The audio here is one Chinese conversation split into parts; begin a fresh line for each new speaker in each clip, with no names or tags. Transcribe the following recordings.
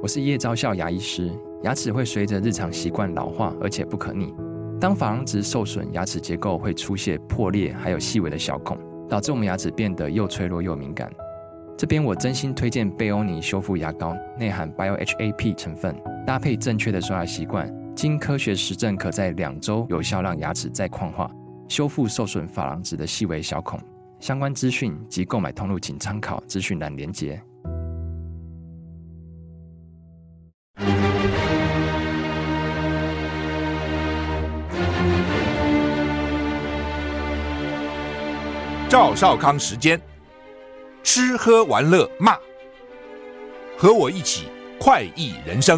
我是叶昭孝牙医师。牙齿会随着日常习惯老化，而且不可逆。当珐琅质受损，牙齿结构会出现破裂，还有细微的小孔，导致我们牙齿变得又脆弱又敏感。这边我真心推荐贝欧尼修复牙膏，内含 BioHAP 成分，搭配正确的刷牙习惯，经科学实证可在2周有效让牙齿再矿化，修复受损珐琅质的细微小孔。相关资讯及购买通路请参考资讯栏连结。
赵少康时间，吃喝玩乐骂，和我一起快意人生。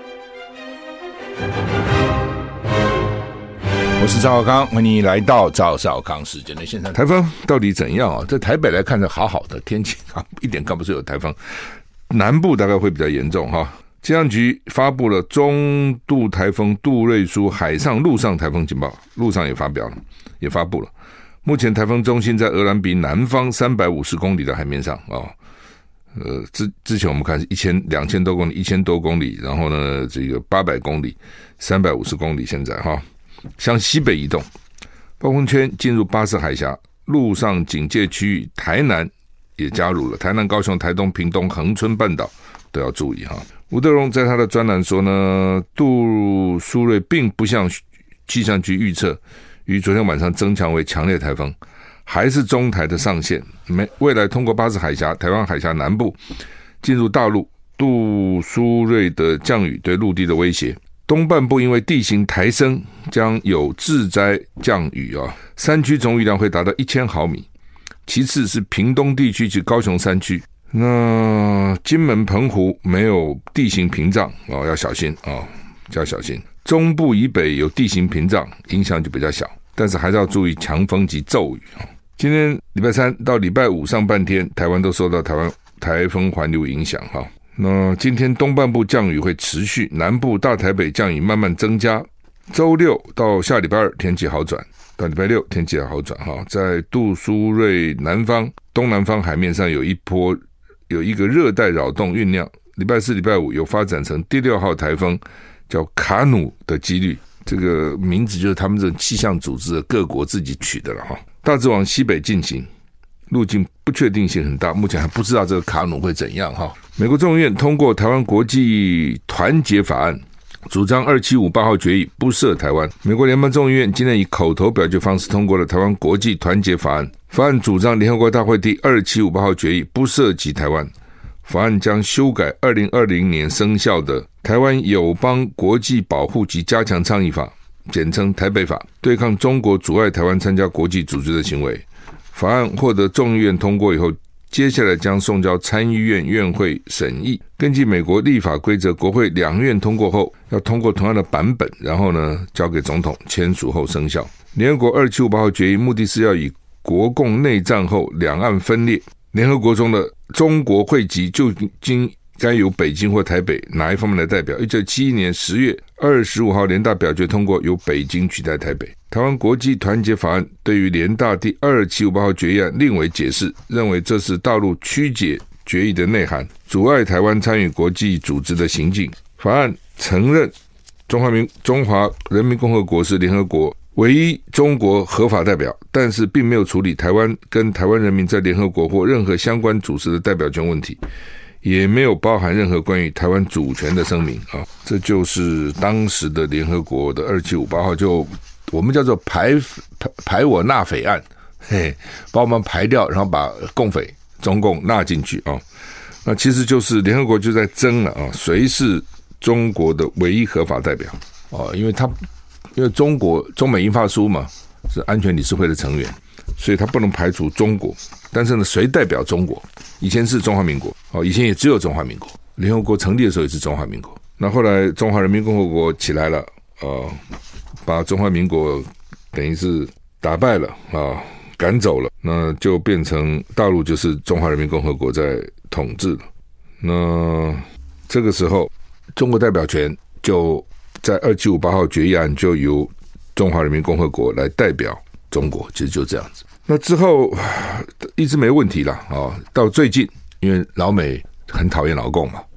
我是赵少康，欢迎来到赵少康时间的现场。台风到底怎样啊？在台北来看着好好的天气，一点看不出有台风。南部大概会比较严重哈。气象局发布了中度台风杜瑞苏海上、陆上台风警报，陆上也发布了。目前台风中心在鹅銮鼻南方350公里的海面上之前我们看是2000多公里、1000多公里，然后呢这个800公里、350公里，现在向西北移动，暴风圈进入巴士海峡，陆上警戒区域台南也加入了，台南、高雄、台东、屏东、恒春半岛都要注意哈。吴德荣在他的专栏说呢，杜苏芮并不像气象局预测于昨天晚上增强为强烈台风，还是中台的上限，未来通过巴士海峡、台湾海峡南部进入大陆，杜苏芮的降雨对陆地的威胁。东半部因为地形抬升，将有致灾降雨山区总雨量会达到1000毫米，其次是屏东地区及高雄山区。那金门、澎湖没有地形屏障要小心要小心。中部以北有地形屏障，影响就比较小，但是还是要注意强风及骤雨。今天礼拜三到礼拜五上半天，台湾都受到台风环流影响那今天东半部降雨会持续，南部大台北降雨慢慢增加。周六到下礼拜二天气好转，到礼拜六天气好转在杜苏芮南方、东南方海面上有一个热带扰动酝酿，礼拜四、礼拜五有发展成第6号台风，叫卡努的几率。这个名字就是他们这种气象组织的各国自己取的了大致往西北进行，路径不确定性很大，目前还不知道这个卡努会怎样美国众议院通过台湾国际团结法案，主张2758号决议不涉台湾。美国联邦众议院今天以口头表决方式通过了台湾国际团结法案，法案主张联合国大会第2758号决议不涉及台湾。法案将修改2020年生效的台湾友邦国际保护及加强倡议法，简称台北法，对抗中国阻碍台湾参加国际组织的行为。法案获得众议院通过以后，接下来将送交参议院院会审议。根据美国立法规则，国会两院通过后要通过同样的版本，然后呢交给总统签署后生效。联合国2758号决议目的是要以国共内战后两岸分裂，联合国中的中国会籍就该由北京或台北哪一方面来代表。1971年10月25号联大表决通过，由北京取代台北。台湾国际团结法案对于联大第2758号决议案另为解释，认为这是大陆曲解决议的内涵，阻碍台湾参与国际组织的行径。法案承认中华人民共和国是联合国唯一中国合法代表，但是并没有处理台湾跟台湾人民在联合国或任何相关组织的代表权问题，也没有包含任何关于台湾主权的声明这就是当时的联合国的2758号，就我们叫做排我纳匪案，把我们排掉，然后把共匪中共纳进去那其实就是联合国就在争了谁是中国的唯一合法代表因为中美英法苏嘛是安全理事会的成员，所以他不能排除中国，但是呢谁代表中国？以前是中华民国以前也只有中华民国，联合国成立的时候也是中华民国，那后来中华人民共和国起来了把中华民国等于是打败了赶走了，那就变成大陆就是中华人民共和国在统治了。那这个时候中国代表权就在2758号决议案就由中华人民共和国来代表中国，其实就这样子。那之后一直没问题啦到最近因为老美很讨厌老共嘛，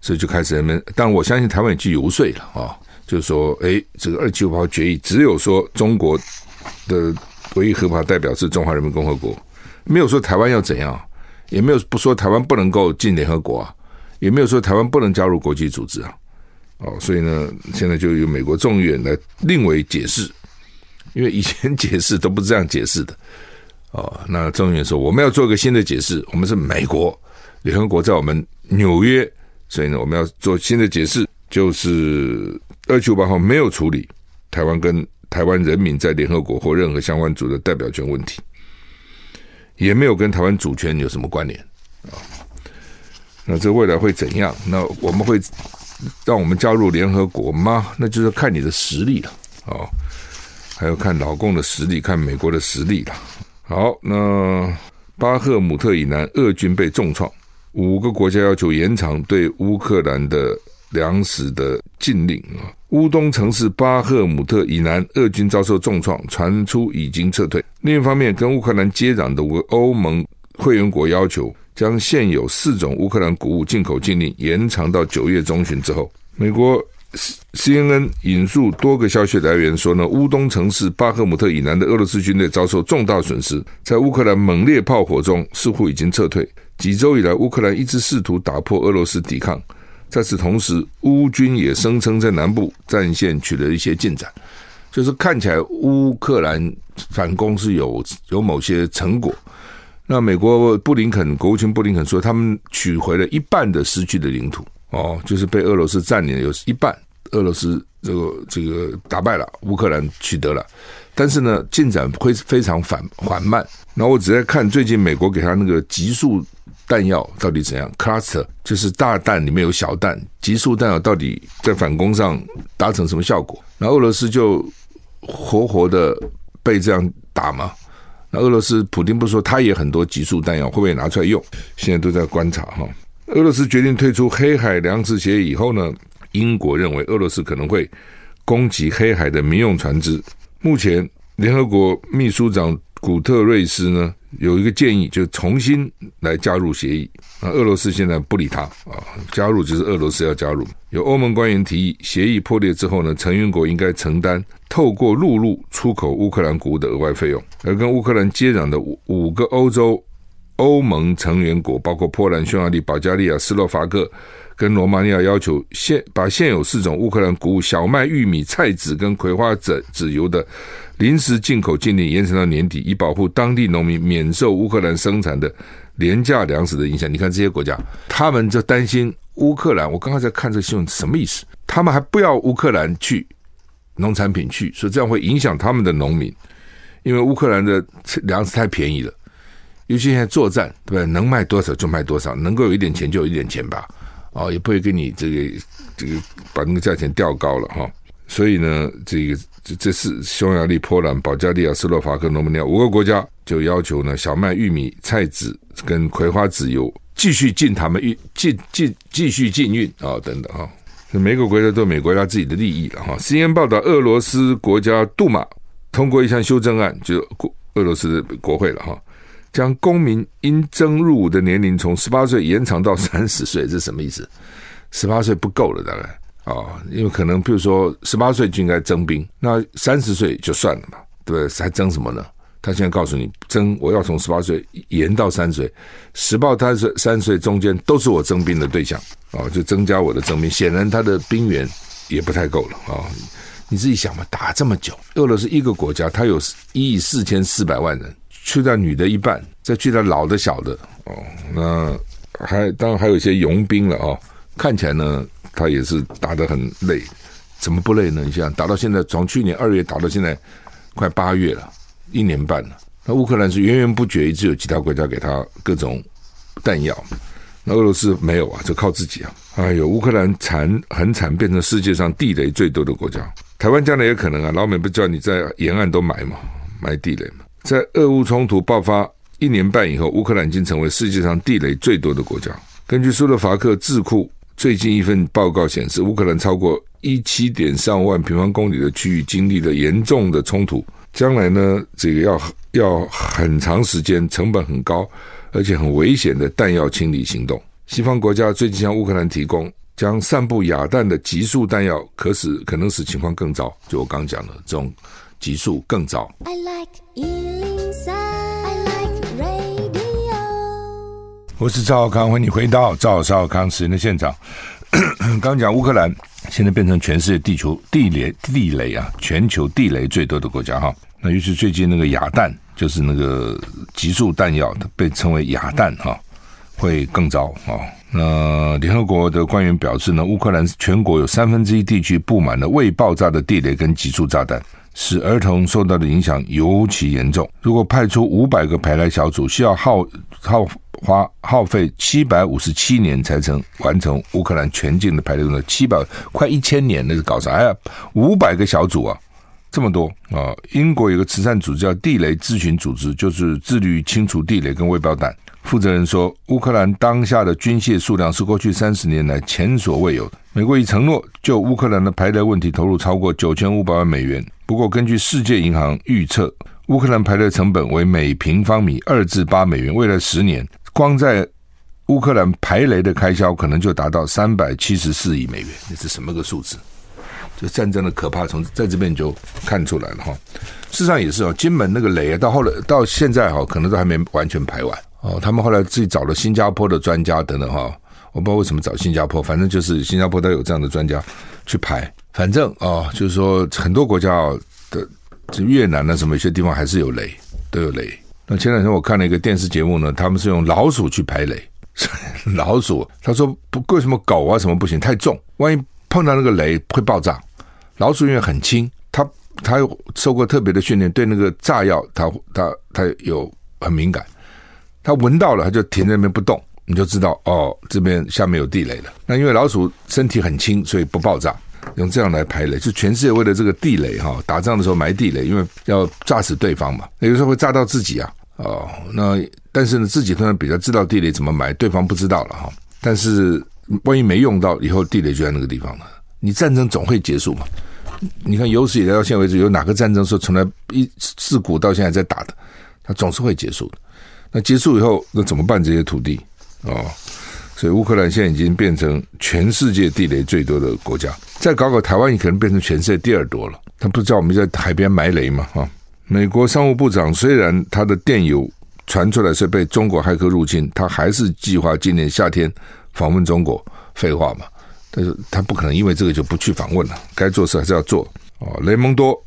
所以就开始人们，但我相信台湾也去游说了啊，就是说，这个275号决议只有说中国的唯一合法代表是中华人民共和国，没有说台湾要怎样，也没有不说台湾不能够进联合国啊，也没有说台湾不能加入国际组织啊。所以呢，现在就由美国众议院来另为解释，因为以前解释都不是这样解释的。那众议院说我们要做一个新的解释，我们是美国，联合国在我们纽约，所以呢我们要做新的解释，就是275号没有处理台湾跟台湾人民在联合国或任何相关组织的代表权问题，也没有跟台湾主权有什么关联。那这未来会怎样？那我们会让我们加入联合国吗？那就是看你的实力了。还有看老共的实力，看美国的实力了。好，那巴赫姆特以南俄军被重创，5个国家要求延长对乌克兰的粮食的禁令。乌东城市巴赫姆特以南俄军遭受重创，传出已经撤退。另一方面，跟乌克兰接壤的5个欧盟会员国要求将现有4种乌克兰谷物进口禁令延长到9月中旬之后。美国CNN 引述多个消息来源说呢，乌东城市巴赫姆特以南的俄罗斯军队遭受重大损失，在乌克兰猛烈炮火中似乎已经撤退。几周以来，乌克兰一直试图打破俄罗斯抵抗，在此同时，乌军也声称在南部战线取得一些进展，就是看起来乌克兰反攻是有某些成果。那美国国务卿布林肯说，他们取回了一半的失去的领土，就是被俄罗斯占领了有一半。俄罗斯这个打败了，乌克兰取得了，但是呢，进展会非常缓慢。然后我只在看最近美国给他那个极速弹药到底怎样 ，cluster 就是大弹里面有小弹，极速弹药到底在反攻上达成什么效果？然后俄罗斯就活活的被这样打嘛。那俄罗斯普丁不是说他也很多极速弹药，会不会拿出来用？现在都在观察哈。俄罗斯决定退出黑海粮食协议以后呢，英国认为俄罗斯可能会攻击黑海的民用船只。目前联合国秘书长古特瑞斯呢有一个建议，就重新来加入协议。俄罗斯现在不理他加入就是俄罗斯要加入。有欧盟官员提议，协议破裂之后呢，成员国应该承担透过陆路出口乌克兰谷物的额外费用。而跟乌克兰接壤的5个欧盟成员国，包括波兰、匈牙利、保加利亚、斯洛伐克跟罗马尼亚，要求把现有4种乌克兰谷物小麦、玉米、菜籽跟葵花籽油的临时进口禁令延长到年底，以保护当地农民免受乌克兰生产的廉价粮食的影响。你看这些国家，他们就担心乌克兰，我刚刚在看这个新闻，什么意思？他们还不要乌克兰去农产品去，所以这样会影响他们的农民，因为乌克兰的粮食太便宜了，尤其现在作战，对吧？能卖多少就卖多少，能够有一点钱就有一点钱吧，也不会给你这个把那个价钱调高了哈。所以呢，这是匈牙利、波兰、保加利亚、斯洛伐克、罗马尼亚5个国家就要求呢，小麦、玉米、菜籽跟葵花籽油继续进继续禁运等等哈。每个国家都有每个国家自己的利益了哈。CNN 报道，俄罗斯国家杜马通过一项修正案，就俄罗斯的国会了哈，将公民应征入伍的年龄从18岁延长到30岁，这是什么意思？18岁不够了，大概因为可能比如说18岁就应该征兵，那30岁就算了嘛，对不对？还征什么呢？他现在告诉你，我要从18岁延到30岁，18到30岁中间都是我征兵的对象就增加我的征兵。显然他的兵源也不太够了你自己想嘛，打这么久，俄罗斯一个国家，他有1.44亿人，去掉女的一半，再去掉老的小的那当然还有一些佣兵了看起来呢，他也是打得很累。怎么不累呢？你想打到现在，从去年2月打到现在快8月了，1年半了。那乌克兰是源源不绝，一直有其他国家给他各种弹药，那俄罗斯没有就靠自己乌克兰很惨，变成世界上地雷最多的国家。台湾将来也可能老美不叫你在沿岸都买地雷嘛。在俄乌冲突爆发1年半以后，乌克兰已经成为世界上地雷最多的国家。根据斯洛伐克智库最近一份报告显示，乌克兰超过17.35万平方公里的区域经历了严重的冲突，将来呢，这个要很长时间，成本很高，而且很危险的弹药清理行动。西方国家最近向乌克兰提供将散布哑弹的集束弹药可能使情况更糟，就我刚讲的这种集束更糟。I like 103, I like radio。 我是赵少康，欢迎你回到赵少康时间的现场。刚讲乌克兰现在变成全世界地球地雷啊，全球地雷最多的国家哈。那尤其最近那个哑弹，就是那个集束弹药被称为哑弹哈，会更糟啊。那联合国的官员表示呢，乌克兰全国有1/3地区布满了未爆炸的地雷跟集束炸弹，使儿童受到的影响尤其严重。如果派出500个排雷小组，需要耗费757年才曾完成乌克兰全境的排雷工作，700快1000年，那是搞啥？哎呀，500个小组啊，这么多啊！英国有个慈善组织叫地雷咨询组织，就是致力于清除地雷跟未爆弹。负责人说，乌克兰当下的军械数量是过去30年来前所未有的。美国已承诺就乌克兰的排雷问题投入超过9500万美元。不过根据世界银行预测，乌克兰排雷成本为每平方米2至8美元，未来10年光在乌克兰排雷的开销可能就达到374亿美元。这是什么个数字？就战争的可怕从在这边就看出来了哈。事实上也是哦，金门那个雷到现在哈，可能都还没完全排完哦。他们后来自己找了新加坡的专家等等哈，我不知道为什么找新加坡，反正就是新加坡都有这样的专家去排。反正哦，就是说很多国家的越南啊什么有些地方还是有雷，都有雷。那前两天我看了一个电视节目呢，他们是用老鼠去排雷，老鼠他说不，为什么狗啊什么不行，太重，万一碰到那个雷会爆炸。老鼠因为很轻，它有受过特别的训练，对那个炸药它有很敏感，它闻到了它就停在那边不动，你就知道哦，这边下面有地雷了。那因为老鼠身体很轻，所以不爆炸，用这样来排雷。就全世界为了这个地雷哈，打仗的时候埋地雷，因为要炸死对方嘛，有时候会炸到自己啊。哦，那但是呢，自己通常比较知道地雷怎么埋，对方不知道了哈。但是万一没用到，以后地雷就在那个地方了。你战争总会结束嘛？你看有史以来到现在为止，有哪个战争是从来自古到现在在打的？它总是会结束的。那结束以后，那怎么办这些土地？哦，所以乌克兰现在已经变成全世界地雷最多的国家。再搞台湾，也可能变成全世界第2多了。他不是叫我们在海边埋雷吗？啊，美国商务部长虽然他的电邮传出来是被中国骇客入侵，他还是计划今年夏天访问中国。废话嘛。但是他不可能因为这个就不去访问了，该做事还是要做。雷蒙多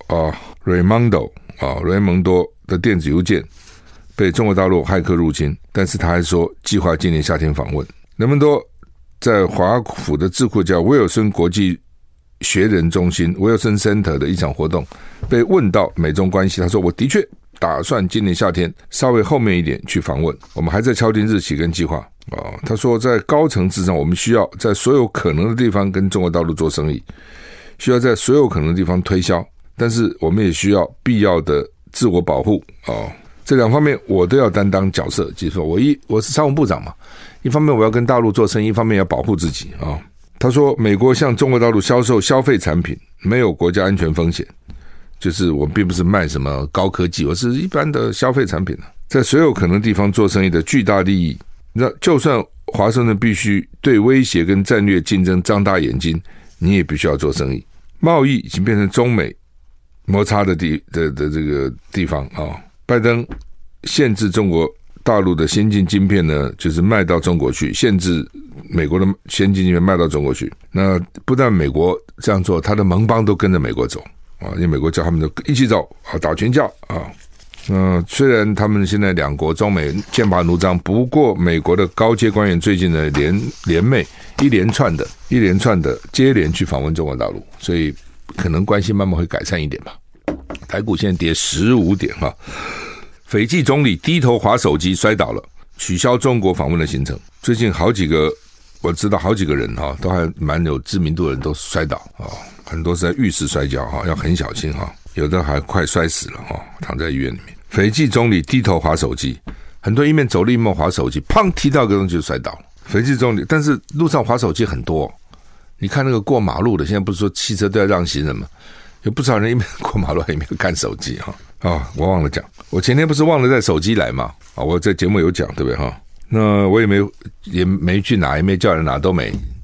的电子邮件被中国大陆骇客入侵，但是他还说计划今年夏天访问。雷蒙多在华府的智库叫威尔森国际学人中心 Wilson Center 的一场活动，被问到美中关系，他说我的确打算今年夏天稍微后面一点去访问，我们还在敲定日期跟计划。他说在高层次上，我们需要在所有可能的地方跟中国大陆做生意，需要在所有可能的地方推销，但是我们也需要必要的自我保护这2方面我都要担当角色。就是说我是商务部长嘛，一方面我要跟大陆做生意，一方面要保护自己他说美国向中国大陆销售消费产品没有国家安全风险，就是我并不是卖什么高科技，我是一般的消费产品在所有可能地方做生意的巨大利益。那就算华盛顿必须对威胁跟战略竞争张大眼睛，你也必须要做生意。贸易已经变成中美摩擦的这个地方拜登限制中国大陆的先进晶片呢，就是卖到中国去，限制美国的先进晶片卖到中国去。那不但美国这样做，他的盟邦都跟着美国走因为美国叫他们都一起走打群架虽然他们现在2国中美剑拔弩张，不过美国的高阶官员最近呢一连串的接连去访问中国大陆，所以可能关系慢慢会改善一点吧。台股现在跌15点斐济总理低头滑手机摔倒了，取消中国访问的行程。最近我知道好几个人都还蛮有知名度的人都摔倒很多是在浴室摔跤要很小心有的还快摔死了躺在医院里面。斐济总理低头滑手机，很多一面走路一面滑手机，砰踢到一个东西就摔倒了。斐济总理，但是路上滑手机很多你看那个过马路的，现在不是说汽车都要让行人吗？有不少人一面过马路还一面看手机我忘了讲，我前天不是忘了带手机来嘛我在节目有讲对不对那我也没去拿，也没叫人拿，都没，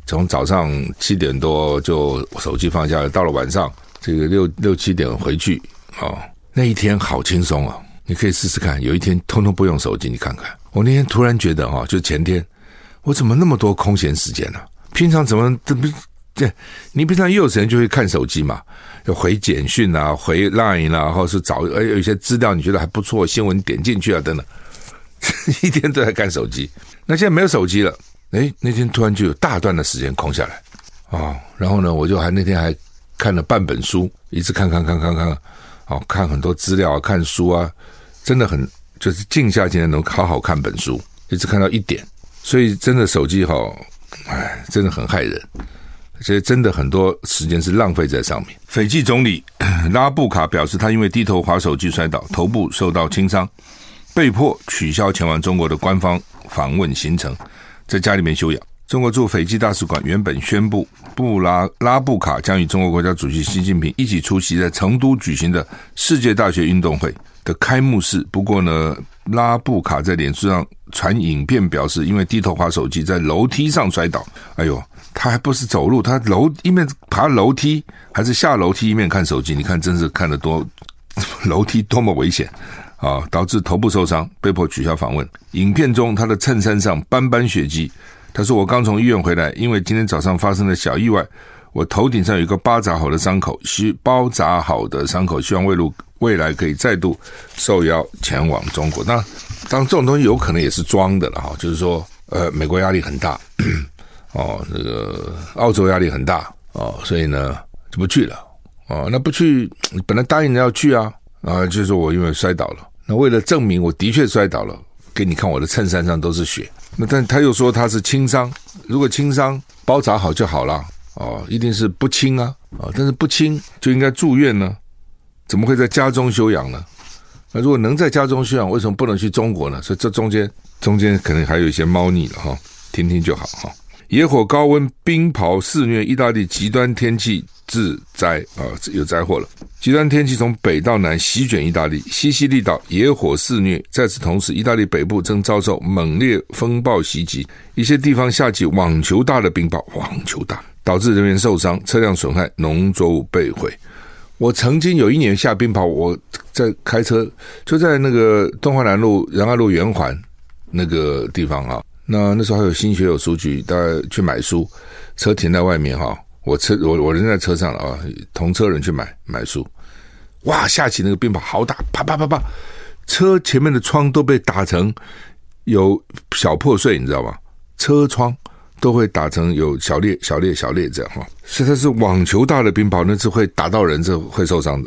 从早上7点多就手机放下来，到了晚上这个6、7点回去那一天好轻松啊！你可以试试看，有一天通通不用手机，你看看。我那天突然觉得就前天我怎么那么多空闲时间呢？平常怎么你平常也有时间就会看手机嘛，要回简讯啊，回 Line 啊，或是找有一些资料你觉得还不错，新闻点进去啊等等，一天都在看手机。那现在没有手机了，那天突然就有大段的时间空下来然后呢，我就那天还看了半本书，一直看看很多资料啊，看书啊，真的很就是静下心来能好好看本书，一直看到1点。所以真的手机真的很害人。所以真的很多时间是浪费在上面。斐济总理拉布卡表示，他因为低头滑手机摔倒，头部受到轻伤，被迫取消前往中国的官方访问行程，在家里面休养。中国驻斐济大使馆原本宣布，拉布卡将与中国国家主席习近平一起出席在成都举行的世界大学运动会的开幕式。不过呢，拉布卡在脸书上传影片表示，因为低头滑手机在楼梯上摔倒。哎呦，他还不是走路，他一面爬楼梯还是下楼梯一面看手机，你看真是看得多楼梯多么危险导致头部受伤，被迫取消访问。影片中他的衬衫上斑斑血迹，他说，我刚从医院回来，因为今天早上发生了小意外，我头顶上有一个包扎好的伤口，希望未来可以再度受邀前往中国。那当然这种东西有可能也是装的了就是说美国压力很大这个澳洲压力很大所以呢就不去了那不去本来答应要去就是说我因为摔倒了，那为了证明我的确摔倒了，给你看我的衬衫上都是血。那但他又说他是轻伤，如果轻伤包扎好就好了一定是不轻但是不轻就应该住院呢，怎么会在家中休养呢？那如果能在家中休养，为什么不能去中国呢？所以这中间可能还有一些猫腻了听听就好野火高温，冰雹肆虐，意大利极端天气致灾有灾祸了。极端天气从北到南席卷意大利，西西里岛野火肆虐。在此同时，意大利北部正遭受猛烈风暴袭击，一些地方下起网球大的冰雹，导致人员受伤，车辆损害，农作物被毁。我曾经有一年下冰雹，我在开车，就在那个东华南路仁爱路圆环那个地方那时候还有新学友书局，大家去买书，车停在外面我人在车上了同车人去买书，哇，下起那个冰雹好大，啪啪啪啪，车前面的窗都被打成有小破碎，你知道吗？车窗都会打成有小裂这样所以它是网球大的冰雹，那是会打到人，这会受伤的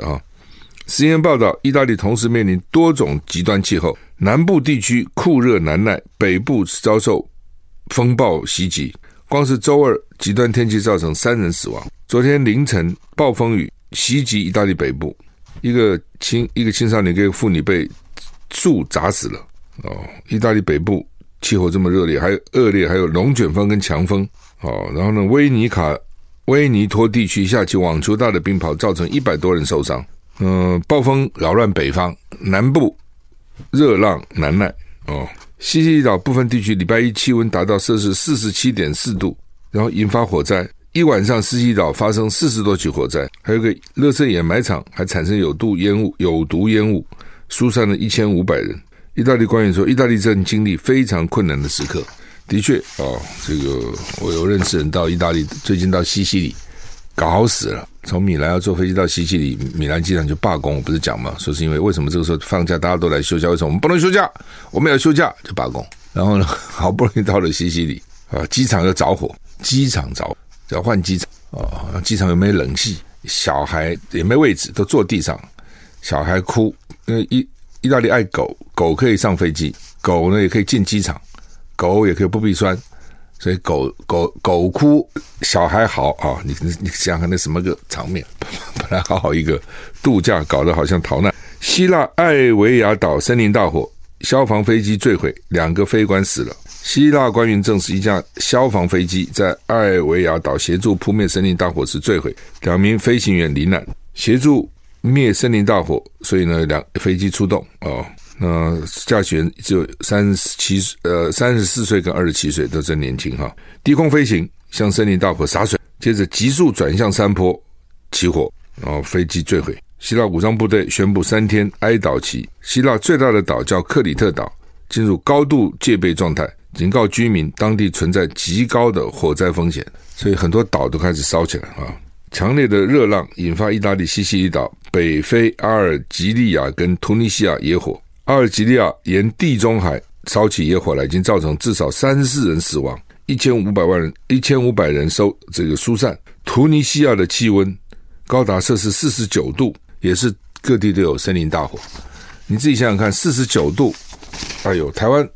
CNN报道，意大利同时面临多种极端气候，南部地区酷热难耐，北部遭受风暴袭击。光是周二极端天气造成3人死亡。昨天凌晨暴风雨袭击意大利北部，一个青少年跟一个妇女被树砸死了意大利北部气候这么恶劣，还有龙卷风跟强风然后呢，威尼托地区下起网球大的冰雹，造成100多人受伤。暴风扰乱北方，南部热浪难耐西西里岛部分地区礼拜一气温达到摄氏 47.4 度，然后引发火灾。一晚上西西里岛发生40多起火灾，还有个垃圾掩埋场还产生有毒烟雾，疏散了1500人。意大利官员说，意大利正经历非常困难的时刻。的确这个我有认识人到意大利，最近到西西里搞死了，从米兰要坐飞机到西西里，米兰机场就罢工，我不是讲吗？说是因为什么这个时候放假大家都来休假，为什么我们不能休假？我们要休假就罢工。然后呢，好不容易到了西西里机场又着火，要换机场机场又没冷气，小孩也没位置，都坐地上，小孩哭。因为意大利爱狗，狗可以上飞机，狗呢也可以进机场，狗也可以不必酸。所以狗哭，小孩嚎你想想那什么个场面？本来好一个度假，搞得好像逃难。希腊艾维亚岛森林大火，消防飞机坠毁，2个飞官死了。希腊官员证实，一架消防飞机在艾维亚岛协助扑灭森林大火时坠毁，2名飞行员罹难。协助灭森林大火，所以呢飞机出动那驾驶员只有34岁跟27岁，都是年轻低空飞行， 向森林大火洒水，接着急速转向山坡起火，然后飞机坠毁。希腊武装部队宣布3天哀悼期。希腊最大的岛叫克里特岛进入高度戒备状态，警告居民当地存在极高的火灾风险，所以很多岛都开始烧起来啊！强烈的热浪引发意大利西西里岛、北非阿尔及利亚跟突尼西亚野火。阿尔及利亚沿地中海烧起野火来，已经造成至少34人死亡，1500人疏散。突尼西亚的气温高达摄氏49度，也是各地都有森林大火。你自己想想看，49度，哎呦，台湾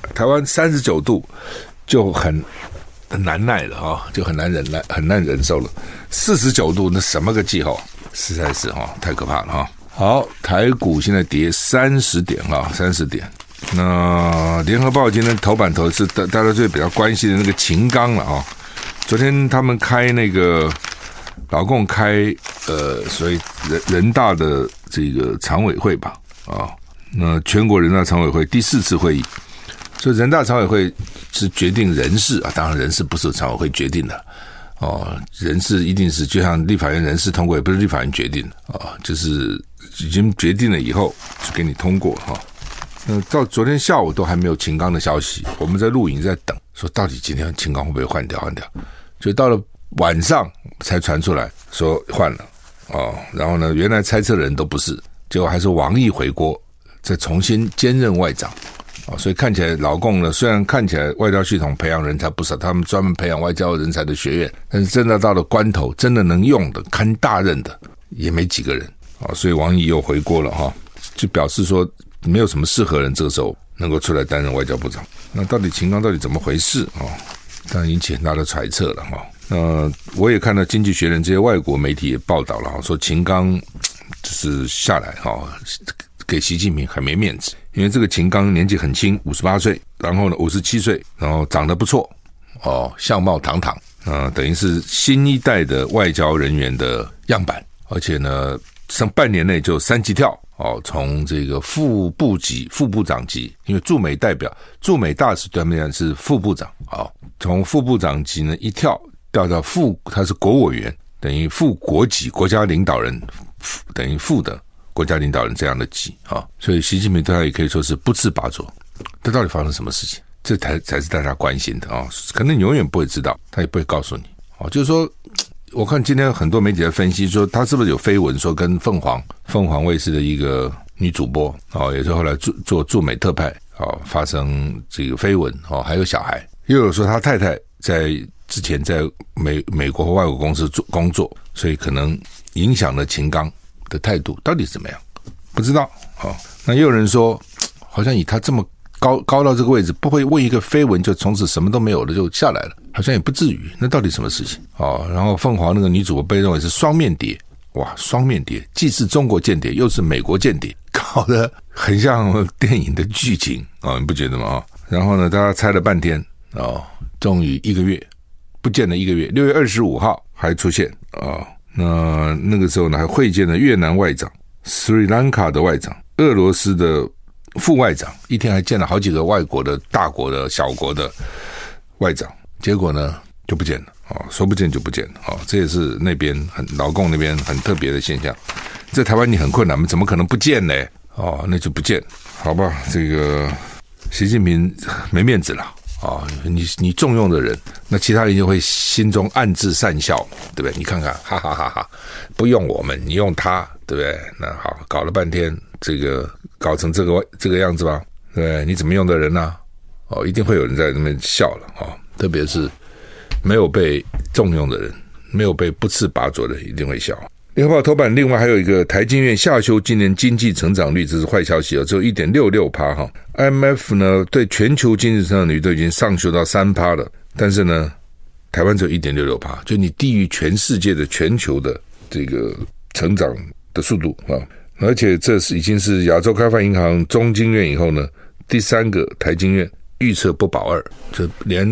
39度就很难耐了啊，就很难忍受了。49度那什么个气候，实在是太可怕了哈。好，台股现在跌30点啊，30点。那联合报今天头版头是大家最比较关心的那个秦刚了啊。昨天他们开那个老共开所谓人大的这个常委会吧啊，那全国人大常委会第4次会议。所以人大常委会是决定人事啊，当然人事不是常委会决定的人事一定是就像立法院人事通过，也不是立法院决定就是已经决定了以后就给你通过到昨天下午都还没有秦刚的消息，我们在录影在等，说到底今天秦刚会不会换掉，就到了晚上才传出来说换了然后呢，原来猜测的人都不是，结果还是王毅回国，再重新兼任外长所以看起来老共呢，虽然看起来外交系统培养人才不少，他们专门培养外交人才的学院，但是真的到了关头，真的能用的看大任的也没几个人所以王毅又回国了就表示说没有什么适合人这个时候能够出来担任外交部长。那到底秦刚到底怎么回事当然引起很大的揣测了我也看到经济学人这些外国媒体也报道了说秦刚就是下来给习近平很没面子，因为这个秦刚年纪很轻，58岁，然后呢57岁，然后长得不错相貌堂堂等于是新一代的外交人员的样板，而且呢上半年内就3级跳从这个副部长级，因为驻美大使对他们讲是副部长从副部长级呢一跳调到他是国委员，等于副国级国家领导人，等于副的国家领导人这样的级所以习近平对他也可以说是不斥拔擢。这到底发生什么事情？这才是大家关心的可能你永远不会知道，他也不会告诉你就是说，我看今天很多媒体在分析说，他是不是有绯闻说跟凤凰卫视的一个女主播也是后来做驻美特派发生这个绯闻还有小孩，又有说他太太之前在美国和外国公司工作，所以可能影响了秦刚的态度，到底是怎么样不知道那也有人说，好像以他这么高到这个位置，不会为一个绯闻就从此什么都没有了就下来了，好像也不至于。那到底什么事情然后凤凰那个女主播被认为是双面谍，哇，双面谍既是中国间谍又是美国间谍，搞得很像电影的剧情你不觉得吗然后呢大家猜了半天终于1个月不见了1个月，6月25号还出现那个时候呢还会见了越南外长、斯里兰卡的外长、俄罗斯的副外长，一天还见了好几个外国的大国的小国的外长，结果呢就不见了说不见就不见了这也是那边老共那边很特别的现象。在台湾你很困难，怎么可能不见呢那就不见，好吧，这个习近平没面子了你重用的人，那其他人就会心中暗自讪笑，对不对？你看看，哈哈哈哈，不用我们，你用他，对不对？那好，搞了半天，这个搞成这个样子吧，对不对？你怎么用的人呢一定会有人在那边笑了特别是没有被重用的人，没有被不斥拔擢的人，一定会笑。联合报头版另外还有一个台经院下修今年经济成长率，这是坏消息只有 1.66% IMF 呢对全球经济成长率都已经上修到 3% 了，但是呢台湾只有 1.66%， 就你低于全世界的全球的这个成长的速度而且这已经是亚洲开发银行中经院以后呢第3个台经院预测不保2%，就连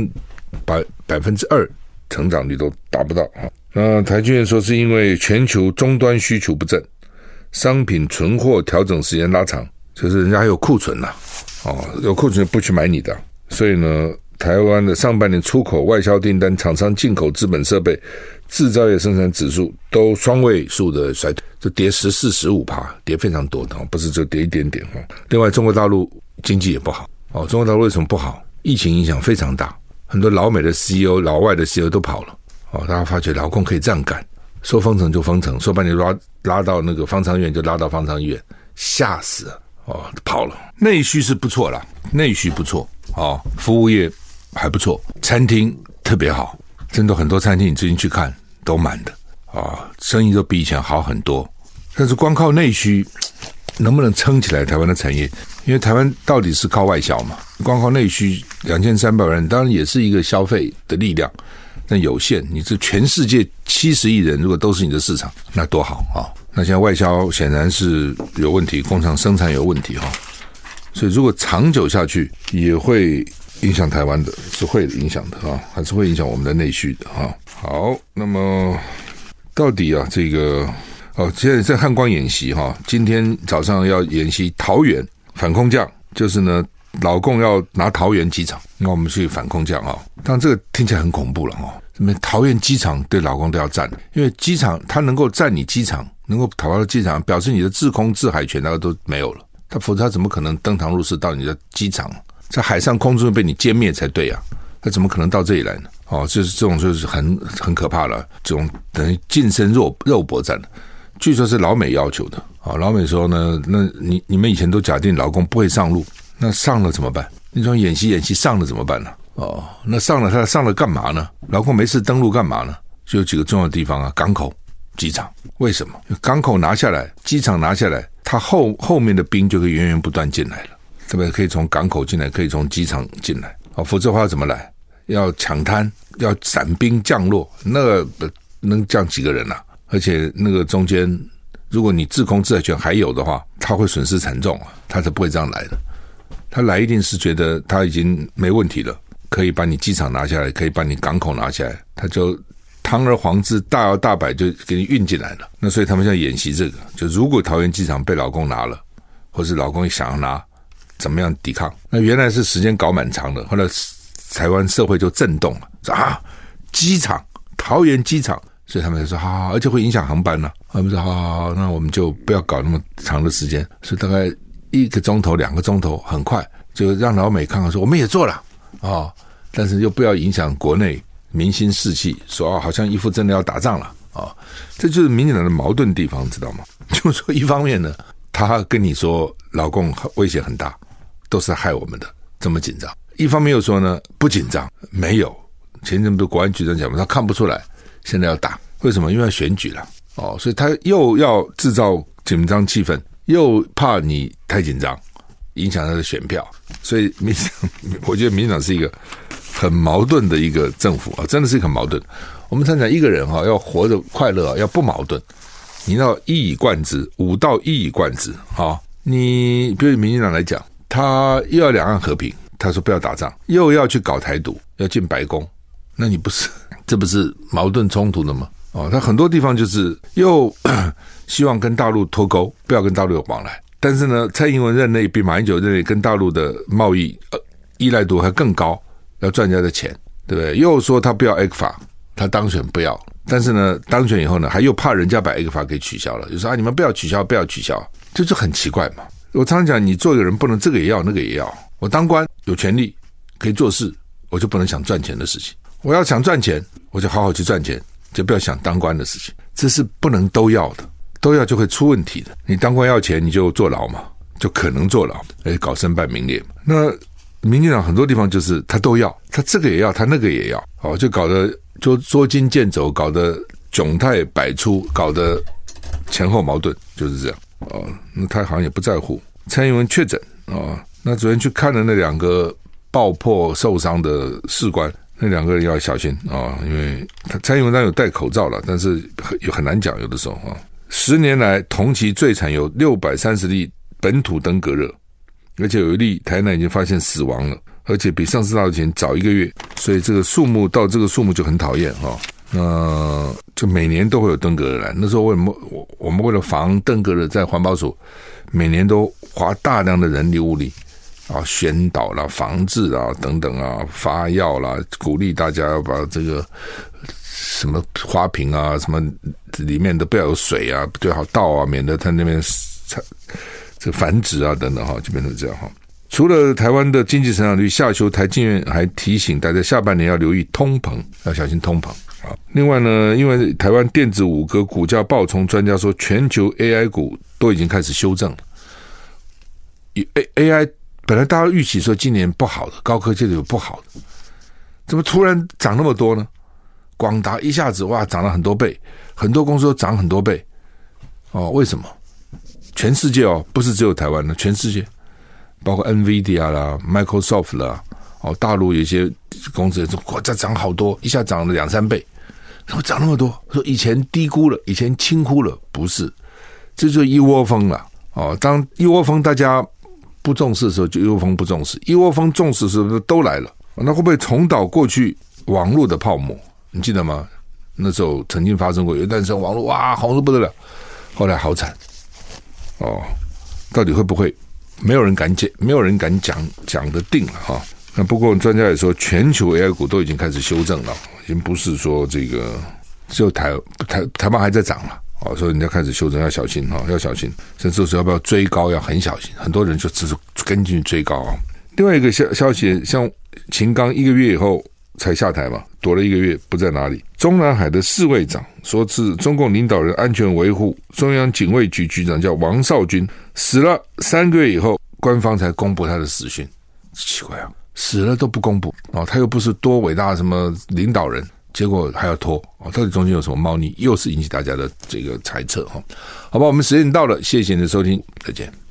2%成长率都达不到台经院说是因为全球终端需求不振，商品存货调整时间拉长，就是人家还有库存有库存不去买你的，所以呢台湾的上半年出口、外销订单、厂商进口资本设备、制造业生产指数都双位数的衰退，就跌14%、15%，跌非常多的，不是就跌一点点。另外，中国大陆经济也不好。中国大陆为什么不好？疫情影响非常大，很多老美的 CEO、老外的 CEO 都跑了。大家发觉劳工可以这样干，说封城就封城，说把你拉到那个方舱医院就拉到方舱医院，吓死了。跑了。内需是不错啦，内需不错。服务业还不错，餐厅特别好，真的很多餐厅你最近去看都满的生意都比以前好很多。但是光靠内需能不能撑起来台湾的产业？因为台湾到底是靠外销嘛，光靠内需2300万人当然也是一个消费的力量，但有限。你这全世界70亿人如果都是你的市场，那多好那现在外销显然是有问题，工厂生产有问题所以如果长久下去也会影响台湾的，是会影响的还是会影响我们的内需的好，那么到底这个现在在汉光演习今天早上要演习桃园反空降，就是呢老共要拿桃园机场，那我们去反空降当然这个听起来很恐怖了什么桃园机场对老共都要占，因为机场它能够占你机场，能够逃到机场，表示你的制空制海权那个都没有了，否则他怎么可能登堂入室到你的机场，在海上空中被你歼灭才对啊，他怎么可能到这里来呢？就是这种就是很可怕了，这种等于近身肉搏战的，据说是老美要求的老美说呢，那你们以前都假定老共不会上路，那上了怎么办？你说演习上了怎么办呢？那上了他上了干嘛呢？老共没事登陆干嘛呢？就有几个重要的地方港口、机场。为什么？港口拿下来，机场拿下来，他后面的兵就可以源源不断进来了，对不对？可以从港口进来，可以从机场进来否则的话怎么来？要抢滩，要伞兵降落，那个能降几个人啊？而且那个中间如果你制空制海权还有的话，他会损失惨重他才不会这样来的。他来一定是觉得他已经没问题了，可以把你机场拿下来，可以把你港口拿下来，他就堂而皇之大摇大摆就给你运进来了。那所以他们现在演习这个，就如果桃园机场被老共拿了，或是老共想要拿，怎么样抵抗？那原来是时间搞蛮长的，后来台湾社会就震动了，机场，桃园机场，所以他们就说好，而且会影响航班他们说好，那我们就不要搞那么长的时间，所以大概1个钟头、2个钟头，很快就让老美看看说我们也做了但是又不要影响国内民心士气，说好像一副真的要打仗了这就是民进党的矛盾地方，知道吗？就是说一方面呢，他跟你说老共威胁很大，都是害我们的，这么紧张；一方面又说呢不紧张，没有。前阵不是国安局长讲嘛，他看不出来现在要打，为什么？因为要选举了所以他又要制造紧张气氛，又怕你太紧张影响他的选票，所以我觉得民进党是一个很矛盾的一个政府真的是很矛盾。我们常讲一个人要活得快乐要不矛盾，你要一以贯之，武道一以贯之你比如民进党来讲，他又要两岸和平，他说不要打仗，又要去搞台独，要进白宫，那你这不是矛盾冲突的吗？他很多地方就是又希望跟大陆脱钩，不要跟大陆有往来，但是呢，蔡英文任内比马英九任内跟大陆的贸易依赖度还更高，要赚人家的钱，对不对？又说他不要 ECFA， 他当选不要，但是呢，当选以后呢，还又怕人家把 ECFA 给取消了，就说你们不要取消，不要取消，就是很奇怪嘛。我常常讲，你做一个人不能这个也要那个也要。我当官有权利可以做事，我就不能想赚钱的事情。我要想赚钱，我就好好去赚钱，就不要想当官的事情，这是不能都要的，都要就会出问题的。你当官要钱，你就坐牢嘛，就可能坐牢，而且搞身败名裂嘛。那民进党很多地方就是他都要，他这个也要，他那个也要，就搞得就捉襟见肘，搞得窘态百出，搞得前后矛盾，就是这样。那他好像也不在乎。蔡英文确诊那昨天去看了那2个爆破受伤的士官，那2个人要小心因为蔡英文当然有戴口罩了，但是很难讲，有的时候10年来同期最惨有630例本土登革热，而且有1例台南已经发现死亡了，而且比上次大流行早1个月，所以这个数目就很讨厌就每年都会有登革热来。那时候我们为了防登革热，在环保署每年都花大量的人力物力宣导啦、防治啦等等啊，发药啦，鼓励大家要把这个什么花瓶啊，什么里面都不要有水啊，最好倒啊，免得它那边这繁殖啊等等哈，就变成这样哈。除了台湾的经济成长率下修，台经院还提醒大家下半年要留意通膨，要小心通膨。另外呢，因为台湾电子五哥股价暴冲，专家说全球 AI 股都已经开始修正了。AI 本来大家预期说今年不好的，高科技的有不好的，怎么突然涨那么多呢？广达一下子哇涨了很多倍，很多公司都涨很多倍。为什么？全世界不是只有台湾的，全世界包括 NVIDIA 啦、Microsoft 啦，大陆有一些公司说这涨好多，一下涨了2-3倍，怎么涨那么多？说以前低估了，以前轻忽了，不是，这就是一窝蜂了。当一窝蜂大家不重视的时候，就一窝蜂不重视；一窝蜂重视的时候，都来了。那会不会重蹈过去网络的泡沫？你记得吗？那时候曾经发生过，有一段时间网络哇红得不得了，后来好惨。到底会不会？没有人敢讲得定了哈。那不过专家也说，全球 AI 股都已经开始修正了，已经不是说这个只有台湾还在涨了。所以人家开始修正，要小心要小心，甚至是要不要追高要很小心，很多人就只是跟进去追高啊。另外一个消息，像秦刚1个月以后才下台嘛，躲了1个月不在哪里。中南海的侍卫长说是中共领导人安全维护中央警卫局局长叫王少军死了3个月以后，官方才公布他的死讯，奇怪啊，死了都不公布他又不是多伟大的什么领导人。结果还要拖到底中间有什么猫腻，又是引起大家的这个猜测好吧，我们时间到了，谢谢你的收听，再见。